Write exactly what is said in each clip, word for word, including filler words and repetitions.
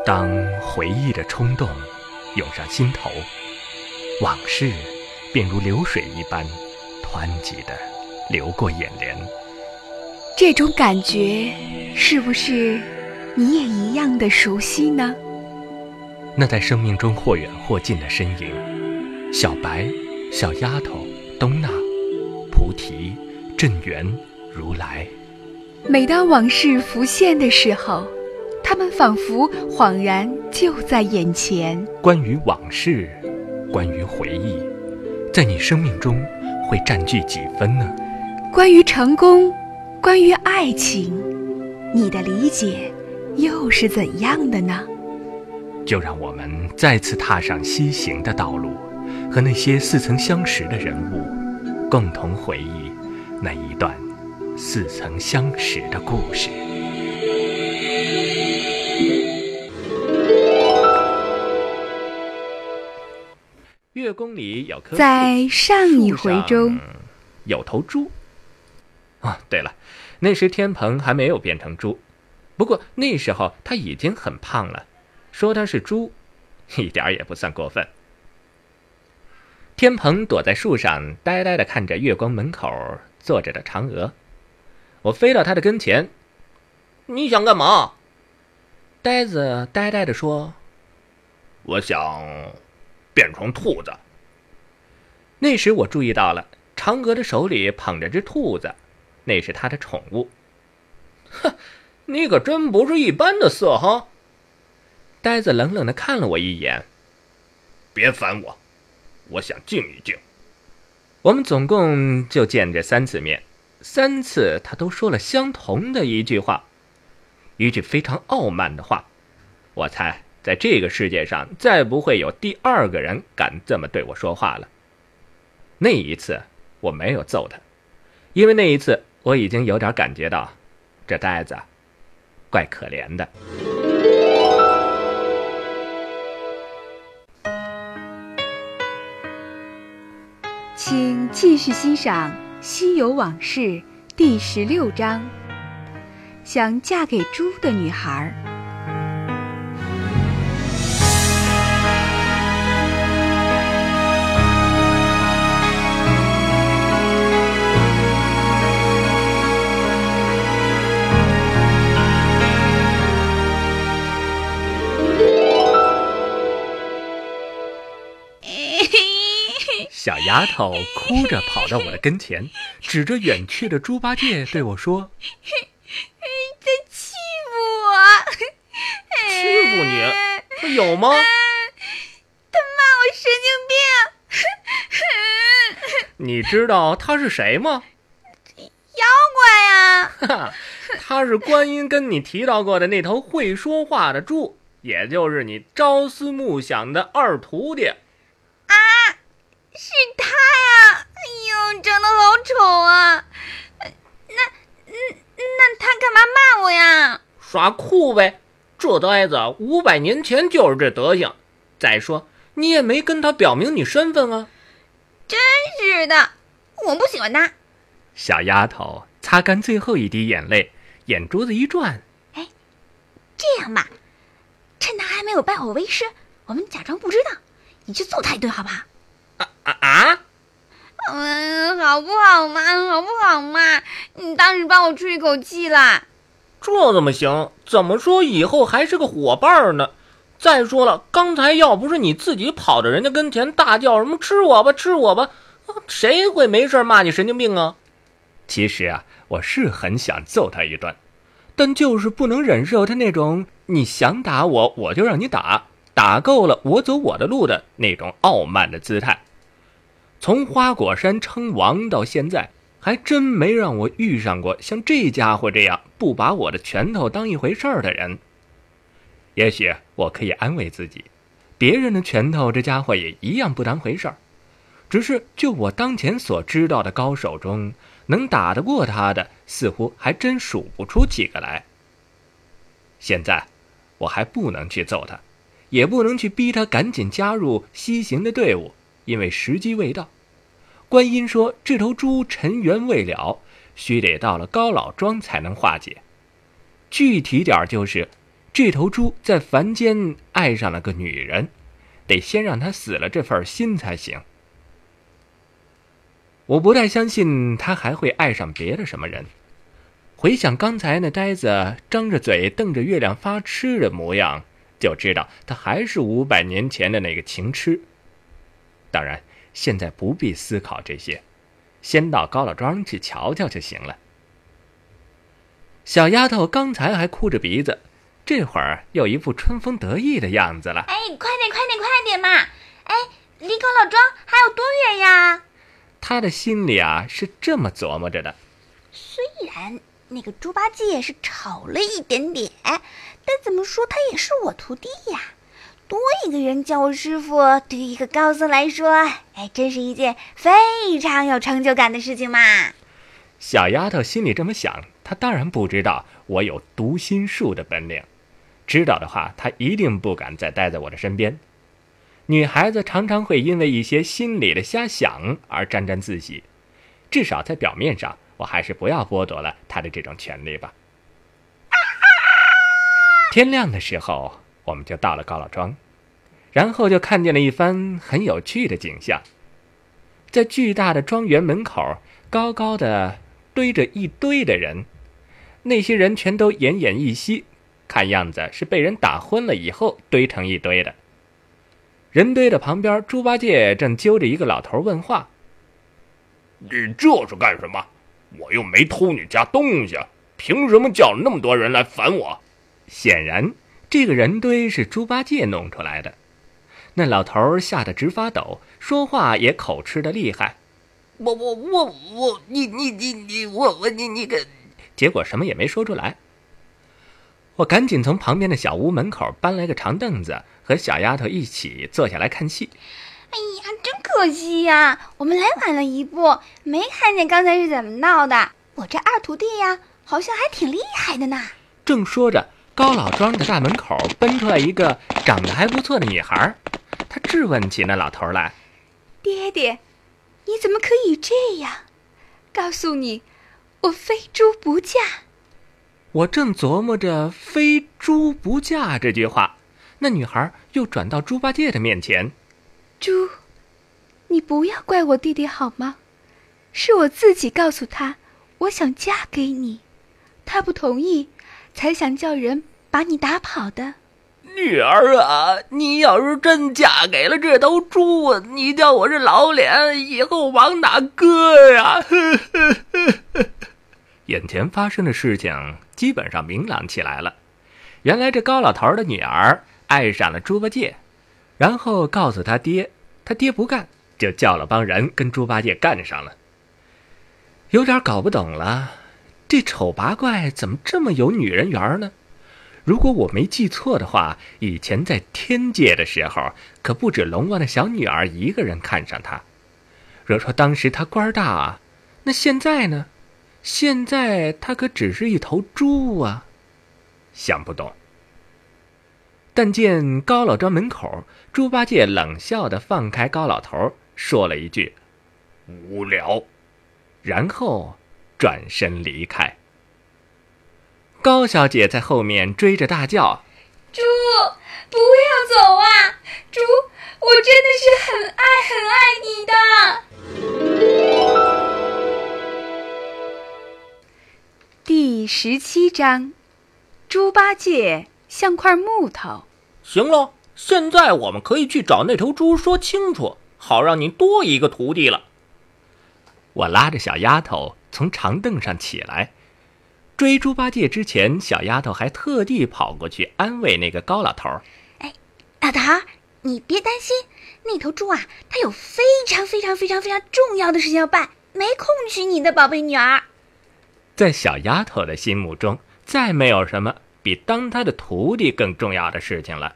当回忆的冲动涌上心头，往事便如流水一般湍急地流过眼帘。 这种感觉是不是你也一样的熟悉呢？ 那在生命中或远或近的身影，小白、小丫头、东娜、菩提、镇元、如来。 每当往事浮现的时候，他们仿佛恍然就在眼前。 关于往事，关于回忆，在你生命中会占据几分呢？ 关于成功，关于爱情，你的理解又是怎样的呢？ 就让我们再次踏上西行的道路，和那些似曾相识的人物，共同回忆那一段似曾相识的故事。月宫里有棵树， 在上一回中有头猪。啊，对了，那时天蓬还没有变成猪，不过那时候他已经很胖了，说他是猪一点也不算过分。天蓬躲在树上，呆呆地看着月光门口坐着的嫦娥。我飞到他的跟前，你想干嘛？呆子呆呆地说，我想变成兔子。那时我注意到了，嫦娥的手里捧着只兔子，那是她的宠物。哼，你可真不是一般的色哈！呆子冷冷地看了我一眼，别烦我，我想静一静。我们总共就见这三次面，三次他都说了相同的一句话，一句非常傲慢的话。我猜在这个世界上再不会有第二个人敢这么对我说话了。那一次我没有揍他，因为那一次我已经有点感觉到这呆子怪可怜的。 请继续欣赏《西游往事》第十六章，想嫁给猪的女孩。 小丫头哭着跑到我的跟前，指着远去的猪八戒对我说， 在欺负我。 欺负你？有吗？ 他骂我神经病。 你知道他是谁吗？ 妖怪啊！ 哈，他是观音跟你提到过的那头会说话的猪，也就是你朝思暮想的二徒弟。 是他呀！哎呦，长得好丑啊！那那他干嘛骂我呀？ 耍酷呗！这呆子五百年前就是这德行。再说，你也没跟他表明你身份啊。 真是的，我不喜欢他。 小丫头擦干最后一滴眼泪，眼珠子一转， 哎，这样吧，趁他还没有拜我为师，我们假装不知道，你去揍他一顿好不好？ 啊啊啊！ 嗯，好不好嘛？好不好嘛？你当时帮我出一口气啦。 这怎么行？怎么说以后还是个伙伴呢？再说了，刚才要不是你自己跑到人家跟前大叫什么吃我吧吃我吧，谁会没事骂你神经病啊？其实啊，我是很想揍他一顿，但就是不能忍受他那种你想打我我就让你打，打够了我走我的路的那种傲慢的姿态。从花果山称王到现在，还真没让我遇上过像这家伙这样不把我的拳头当一回事儿的人。也许我可以安慰自己，别人的拳头这家伙也一样不当回事儿，只是就我当前所知道的高手中，能打得过他的似乎还真数不出几个来。现在我还不能去揍他，也不能去逼他赶紧加入西行的队伍，因为时机未到。观音说这头猪尘缘未了，须得到了高老庄才能化解。具体点就是， 这头猪在凡间爱上了个女人，得先让她死了这份心才行。我不太相信他还会爱上别的什么人。回想刚才那呆子张着嘴瞪着月亮发痴的模样，就知道他还是五百年前的那个情痴。当然，现在不必思考这些，先到高老庄去瞧瞧就行了。小丫头刚才还哭着鼻子，这会儿又一副春风得意的样子了。 哎，快点快点快点嘛！哎，离高老庄还有多远呀？ 她的心里啊是这么琢磨着的。 虽然那个猪八戒是丑了一点点，但怎么说他也是我徒弟呀。多一个人叫我师傅，对于一个高僧来说，哎，真是一件非常有成就感的事情嘛。 小丫头心里这么想，她当然不知道我有读心术的本领，知道的话，她一定不敢再待在我的身边。女孩子常常会因为一些心里的瞎想而沾沾自喜，至少在表面上，我还是不要剥夺了她的这种权利吧。天亮的时候，我们就到了高老庄，然后就看见了一番很有趣的景象。在巨大的庄园门口，高高的堆着一堆的人，那些人全都奄奄一息，看样子是被人打昏了以后堆成一堆的。人堆的旁边，猪八戒正揪着一个老头问话：“ 你这是干什么？我又没偷你家东西，凭什么叫那么多人来烦我？” 显然这个人堆是猪八戒弄出来的。那老头吓得直发抖，说话也口吃的厉害。 我我我我你你你你我我你你个， 结果什么也没说出来。我赶紧从旁边的小屋门口搬来个长凳子，和小丫头一起坐下来看戏。 哎呀，真可惜呀，我们来晚了一步，没看见刚才是怎么闹的。我这二徒弟呀，好像还挺厉害的呢。 正说着，高老庄的大门口奔出来一个长得还不错的女孩，她质问起那老头来：“ 爹爹，你怎么可以这样？告诉你，我非猪不嫁。” 我正琢磨着非猪不嫁这句话，那女孩又转到猪八戒的面前：“ 猪，你不要怪我弟弟好吗？是我自己告诉他我想嫁给你，他不同意，才想叫人把你打跑的。” 女儿啊，你要是真嫁给了这头猪，你叫我这老脸以后往哪搁呀？ 眼前发生的事情基本上明朗起来了。原来这高老头的女儿爱上了猪八戒，然后告诉他爹，他爹不干，就叫了帮人跟猪八戒干上了。有点搞不懂了，这丑八怪怎么这么有女人缘呢？如果我没记错的话，以前在天界的时候，可不止龙王的小女儿一个人看上他。若说当时他官大，那现在呢？现在他可只是一头猪啊，想不懂。但见高老庄门口，猪八戒冷笑地放开高老头，说了一句：“ 无聊。” 然后转身离开。高小姐在后面追着大叫：“ 猪，不要走啊！猪，我真的是很爱很爱你的。”第十七章，猪八戒像块木头。 行了，现在我们可以去找那头猪说清楚，好让你多一个徒弟了。 我拉着小丫头从长凳上起来，追猪八戒之前，小丫头还特地跑过去安慰那个高老头：“ 哎，老头，你别担心，那头猪啊，它有非常非常非常非常重要的事情要办，没空娶你的宝贝女儿。” 在小丫头的心目中，再没有什么比当她的徒弟更重要的事情了。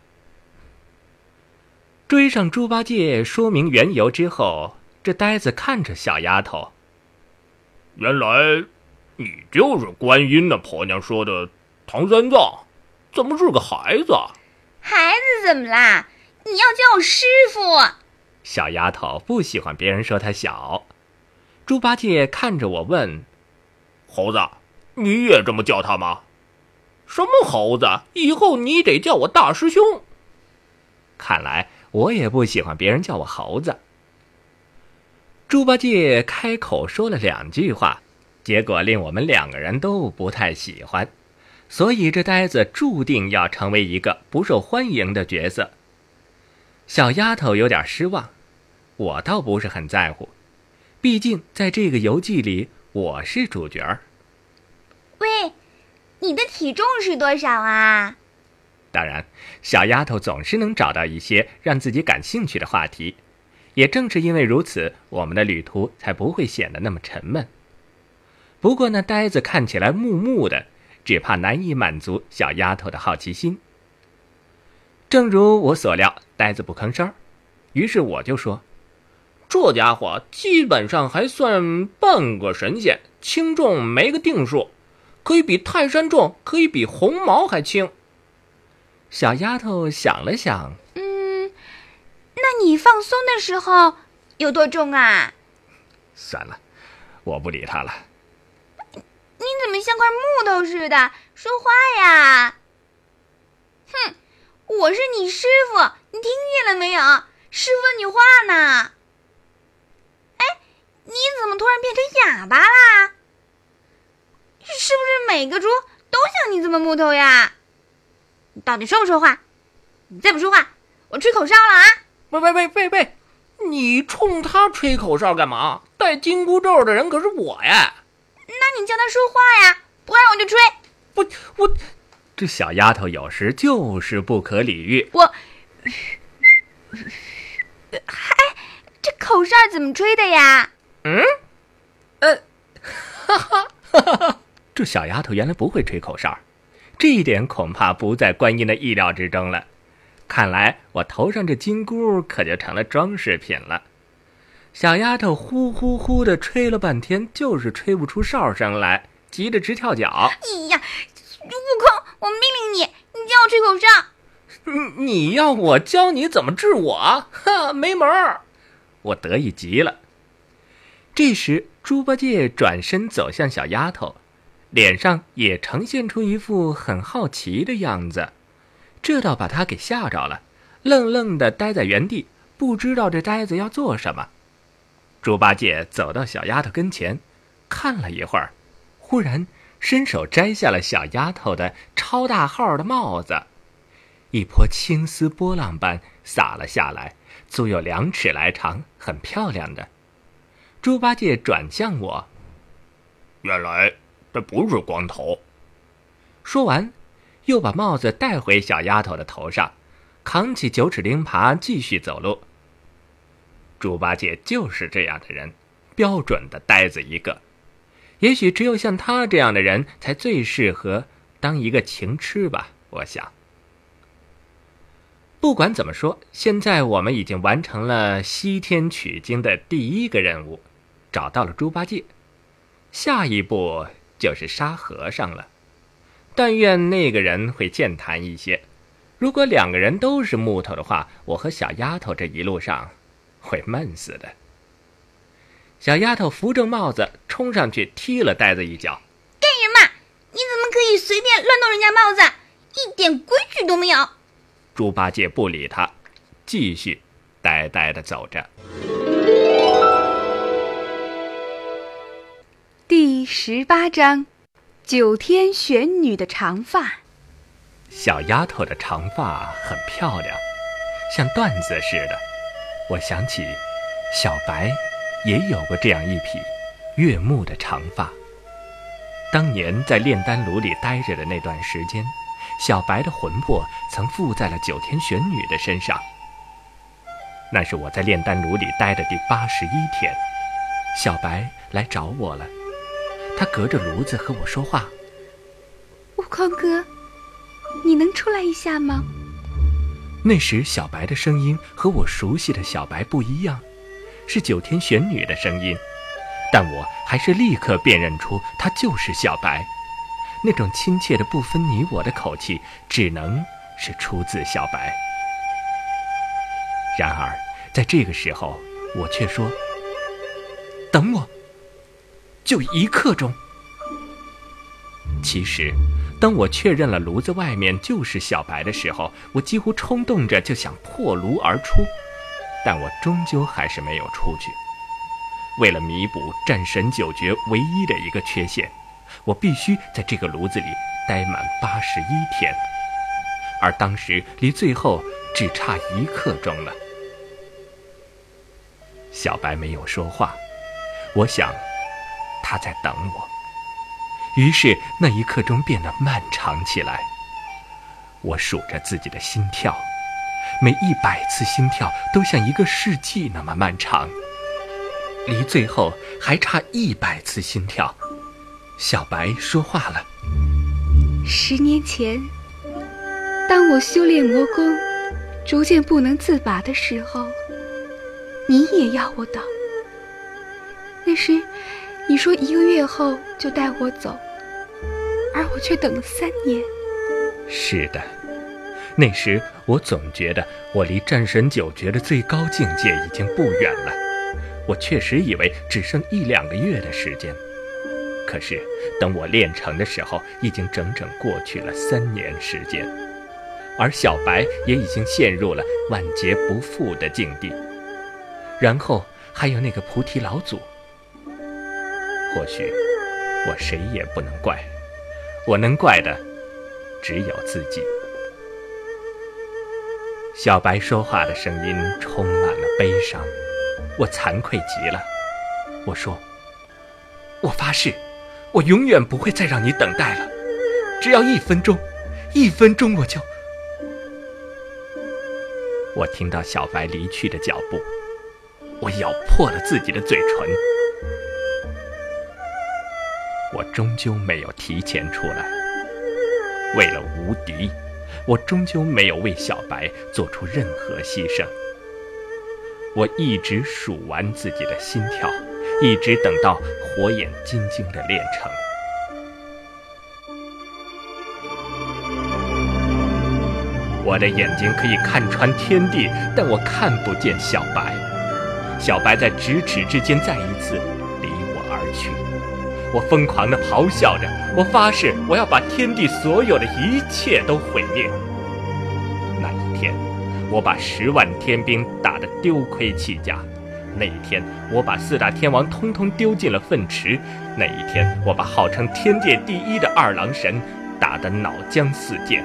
追上猪八戒说明缘由之后，这呆子看着小丫头：“ 原来你就是观音那婆娘说的唐三藏，怎么是个孩子？”“ 孩子怎么啦？你要叫我师傅。” 小丫头不喜欢别人说她小。猪八戒看着我问：“ 猴子，你也这么叫他吗？”“ 什么猴子？以后你得叫我大师兄。 看来我也不喜欢别人叫我猴子。猪八戒开口说了两句话，结果令我们两个人都不太喜欢，所以这呆子注定要成为一个不受欢迎的角色。小丫头有点失望，我倒不是很在乎，毕竟在这个游记里我是主角。 喂，你的体重是多少啊？ 当然，小丫头总是能找到一些让自己感兴趣的话题，也正是因为如此，我们的旅途才不会显得那么沉闷。不过那呆子看起来木木的，只怕难以满足小丫头的好奇心。正如我所料，呆子不吭声，于是我就说： 这家伙基本上还算半个神仙，轻重没个定数，可以比泰山重，可以比红毛还轻。 小丫头想了想， 嗯，那你放松的时候有多重啊？ 算了，我不理他了。 你怎么像块木头似的说话呀？哼，我是你师傅，你听见了没有？师傅问你话呢。哎，你怎么突然变成哑巴啦？是不是每个猪都像你这么木头呀？你到底说不说话？你再不说话，我吹口哨了啊！ 喂喂喂喂喂，你冲他吹口哨干嘛？带紧箍咒的人可是我呀！ 那你叫他说话呀，不然我就吹。 我我， 这小丫头有时就是不可理喻。 我，嗨，这口哨怎么吹的呀？ 嗯，呃，哈哈哈哈！ 这小丫头原来不会吹口哨，这一点恐怕不在观音的意料之中了。看来我头上这金箍可就成了装饰品了。小丫头呼呼呼地吹了半天，就是吹不出哨声来，急得直跳脚。 哎呀，悟空，我命令你，你教我吹口哨。 你你要我教你怎么治我？哈，没门儿！ 我得意极了。这时，猪八戒转身走向小丫头，脸上也呈现出一副很好奇的样子，这倒把他给吓着了，愣愣地待在原地，不知道这呆子要做什么。猪八戒走到小丫头跟前，看了一会儿，忽然伸手摘下了小丫头的超大号的帽子，一波青丝波浪般洒了下来，足有两尺来长，很漂亮的。猪八戒转向我， 原来这不是光头。 说完，又把帽子戴回小丫头的头上，扛起九齿钉耙继续走路。猪八戒就是这样的人，标准的呆子一个。也许只有像他这样的人才最适合当一个情痴吧，我想。不管怎么说，现在我们已经完成了西天取经的第一个任务，找到了猪八戒。下一步就是沙和尚了。但愿那个人会健谈一些。如果两个人都是木头的话，我和小丫头这一路上会闷死的。小丫头扶正帽子，冲上去踢了呆子一脚。 干人嘛，你怎么可以随便乱动人家帽子？一点规矩都没有。 猪八戒不理他，继续呆呆地走着。 第十八章，九天玄女的长发。 小丫头的长发很漂亮，像缎子似的。我想起小白也有过这样一匹悦目的长发。当年在炼丹炉里待着的那段时间，小白的魂魄曾附在了九天玄女的身上。那是我在炼丹炉里待的第八十一天，小白来找我了。他隔着炉子和我说话。 悟空哥，你能出来一下吗？ 那时小白的声音和我熟悉的小白不一样，是九天玄女的声音，但我还是立刻辨认出她就是小白。那种亲切的不分你我的口气，只能是出自小白。然而在这个时候，我却说：等我，就一刻钟。其实当我确认了炉子外面就是小白的时候，我几乎冲动着就想破炉而出，但我终究还是没有出去。为了弥补战神九诀唯一的一个缺陷，我必须在这个炉子里待满八十一天，而当时离最后只差一刻钟了。小白没有说话，我想他在等我。于是那一刻钟变得漫长起来。我数着自己的心跳，每一百次心跳都像一个世纪那么漫长。离最后还差一百次心跳，小白说话了。 十年前，当我修炼魔功逐渐不能自拔的时候，你也要我等。那时你说一个月后就带我走，而我却等了三年。 是的，那时我总觉得我离战神九诀的最高境界已经不远了。我确实以为只剩一两个月的时间，可是等我练成的时候，已经整整过去了三年时间，而小白也已经陷入了万劫不复的境地。然后还有那个菩提老祖，或许我谁也不能怪，我能怪的只有自己。小白说话的声音充满了悲伤，我惭愧极了。我说，我发誓，我永远不会再让你等待了，只要一分钟，一分钟我就……我听到小白离去的脚步，我咬破了自己的嘴唇。我终究没有提前出来，为了无敌，我终究没有为小白做出任何牺牲。我一直数完自己的心跳，一直等到火眼金睛的练成。我的眼睛可以看穿天地，但我看不见小白。小白在咫尺之间再一次离我而去。我疯狂地咆哮着，我发誓我要把天地所有的一切都毁灭。那一天，我把十万天兵打得丢盔弃甲。那一天，我把四大天王通通丢进了粪池。那一天，我把号称天界第一的二郎神打得脑浆四溅。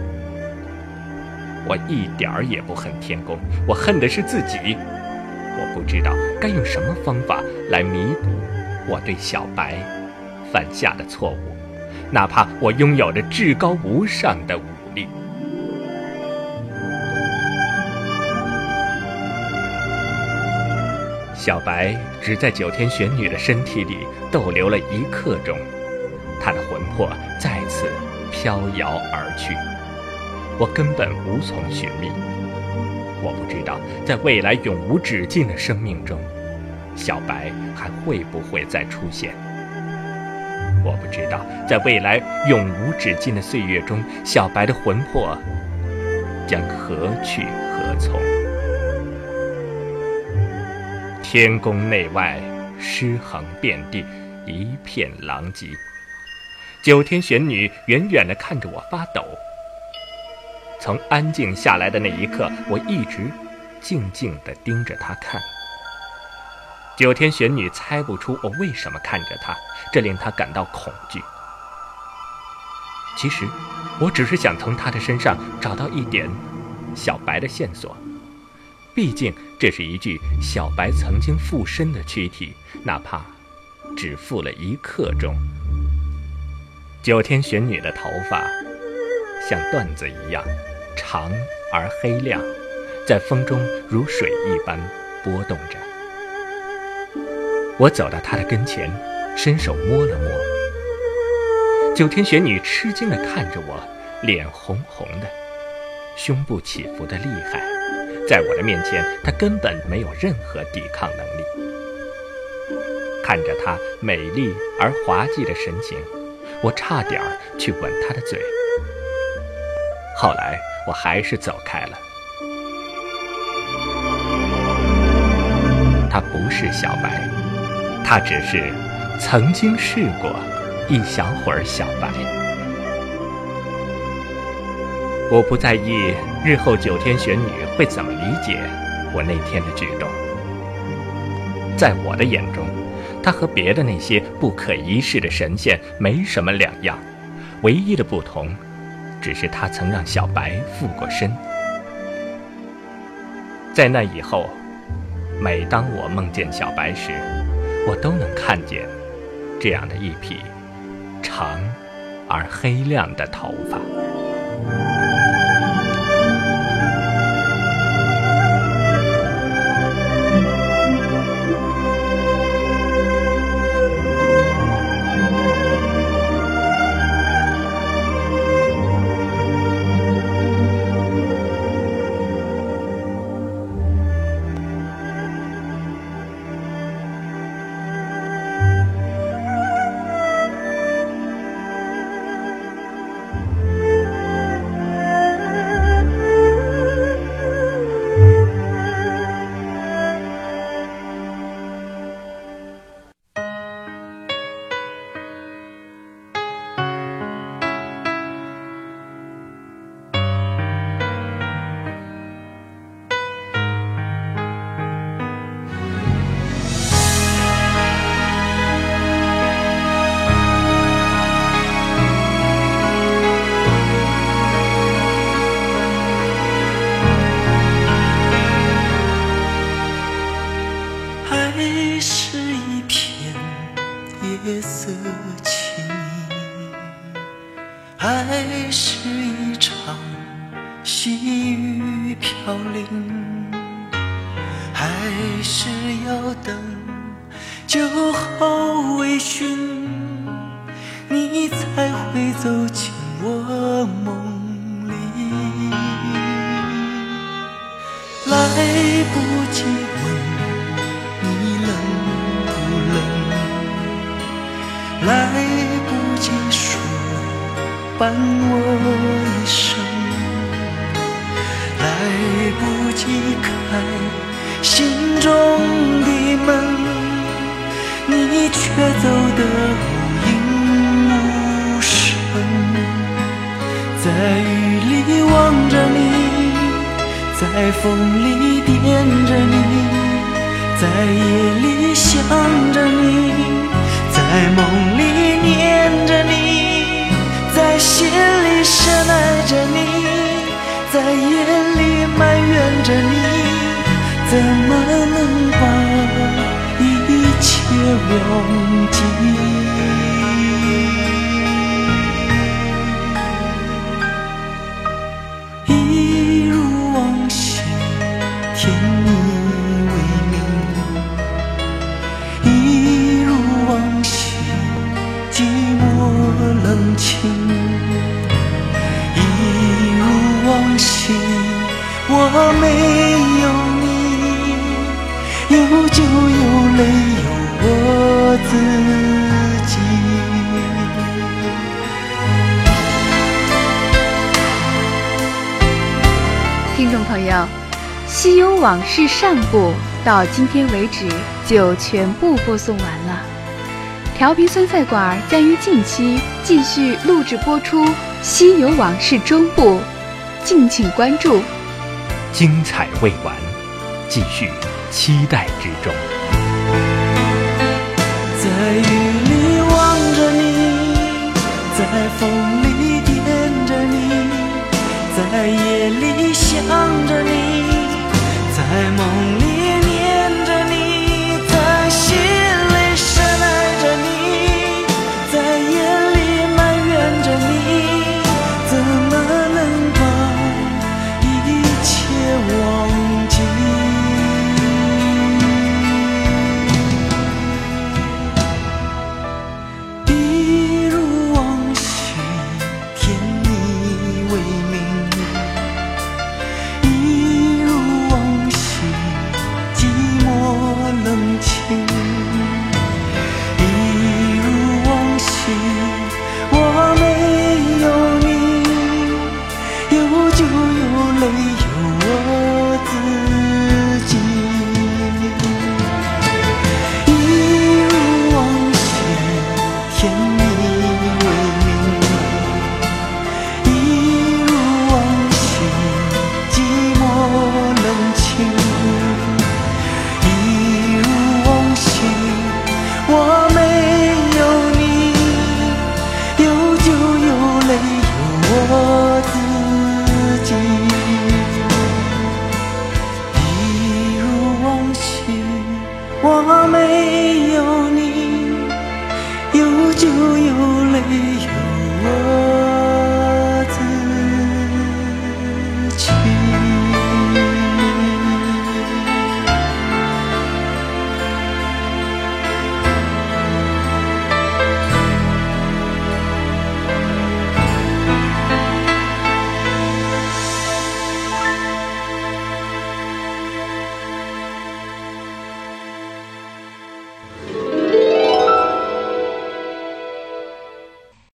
我一点儿也不恨天宫，我恨的是自己。我不知道该用什么方法来弥补我对小白犯下的错误，哪怕我拥有着至高无上的武力。小白只在九天玄女的身体里逗留了一刻钟，她的魂魄再次飘摇而去，我根本无从寻觅。我不知道在未来永无止境的生命中，小白还会不会再出现。我不知道在未来永无止境的岁月中，小白的魂魄将何去何从。天宫内外尸横遍地，一片狼藉。九天玄女远远地看着我发抖。从安静下来的那一刻，我一直静静地盯着她看。九天玄女猜不出我为什么看着她，这令她感到恐惧。其实我只是想从她的身上找到一点小白的线索，毕竟这是一具小白曾经附身的躯体，哪怕只附了一刻钟。九天玄女的头发像缎子一样长而黑亮，在风中如水一般波动着。我走到她的跟前，伸手摸了摸。九天玄女吃惊地看着我，脸红红的，胸部起伏得厉害。在我的面前，她根本没有任何抵抗能力。看着她美丽而滑稽的神情，我差点去吻她的嘴。后来我还是走开了。他不是小白，他只是曾经是过一小会儿小白。 我不在意日后九天玄女会怎么理解我那天的举动。在我的眼中，她和别的那些不可一世的神仙没什么两样，唯一的不同只是她曾让小白附过身。在那以后，每当我梦见小白时，我都能看见这样的一匹长而黑亮的头发。 夜色轻，爱是一场细雨飘零，还是要等酒后微醺，你才会走进我梦里。来不及问你冷不冷，来不及说伴我一生，来不及开心中的门，你却走得无影无声。在雨里望着你，在风里惦着你，在夜里想着你，在梦里念着你，在心里深爱着你，在夜里埋怨着你，怎么能把一切忘记？一如往昔，天你为明，一如往昔，寂寞冷清，一如往昔，我没有你，有酒有泪有我自己。 听众朋友，西游往事上部到今天为止就全部播送完了。调频酸菜馆将于近期继续录制播出西游往事中部，敬请关注。 精彩未完，继续期待之中。 在雨里望着你，在风